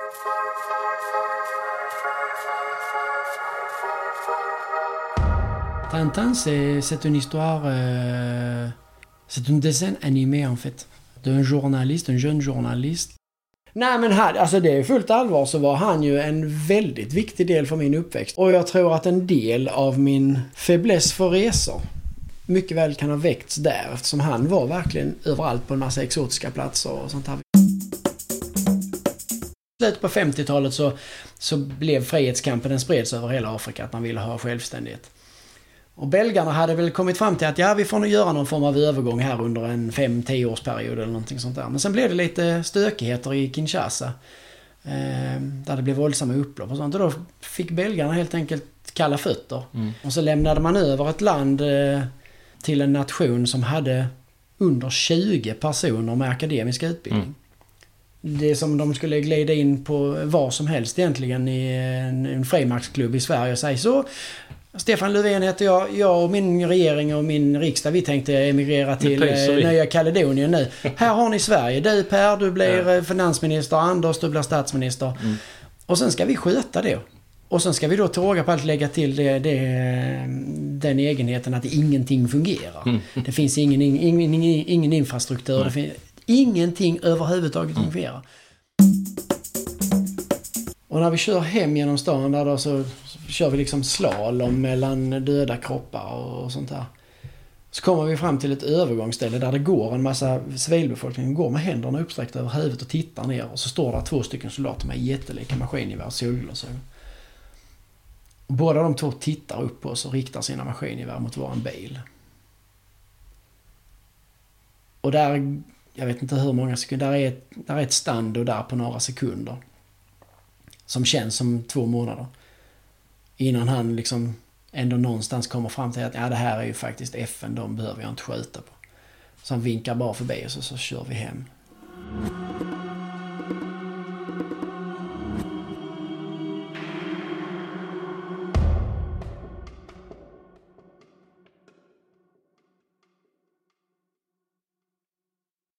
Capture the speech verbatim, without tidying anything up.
Tintin, c'est, c'est une histoire... Euh, c'est une dessin animé en fait. d'un journalist, en jeune journalist. Nej men han, alltså det är fullt allvar så var han ju en väldigt viktig del för min uppväxt. Och jag tror att en del av min fäbless för resor mycket väl kan ha väckts där. Eftersom han var verkligen överallt på en massa exotiska platser och sånt här. I slutet på femtiotalet så, så blev frihetskampen, den spreds över hela Afrika, att man ville ha självständighet. Och belgarna hade väl kommit fram till att ja, vi får nog göra någon form av övergång här under en fem till tio års period eller någonting sånt där. Men sen blev det lite stökigheter i Kinshasa. Eh, där det blev våldsamma upplopp och sånt. Och då fick belgarna helt enkelt kalla fötter. Mm. Och så lämnade man över ett land eh, till en nation som hade under tjugo personer med akademisk utbildning. Mm. Det som de skulle glida in på var som helst egentligen i en, en frimärksklubb i Sverige och säga så... Stefan Löfven heter jag. Jag och min regering och min riksdag, vi tänkte emigrera till Nya Kaledonien nu. Här har ni Sverige. Du Per, du blir ja. finansminister. Anders, du blir statsminister. Mm. Och sen ska vi sköta det. Och sen ska vi då tåga på att lägga till det, det, den egenheten att ingenting fungerar. Mm. Det finns ingen, ingen, ingen, ingen infrastruktur. Mm. Det finns, ingenting överhuvudtaget mm. fungerar. Och när vi kör hem genom stan där då så kör vi liksom slalom mellan döda kroppar och sånt där. Så kommer vi fram till ett övergångsställe där det går en massa civilbefolkning går med händerna uppsträckta över huvudet och tittar ner. Och så står där två stycken soldater med jättelika maskingevär och solglasögon. Båda de två tittar upp på oss och riktar sina maskingevär mot våran bil. Och där, jag vet inte hur många sekunder, där är ett, där är ett stand och där på några sekunder. Som känns som två månader. Innan han liksom ändå någonstans kommer fram till att ja, det här är ju faktiskt F N, de behöver jag inte skjuta på. Så han vinkar bara förbi och så, så kör vi hem.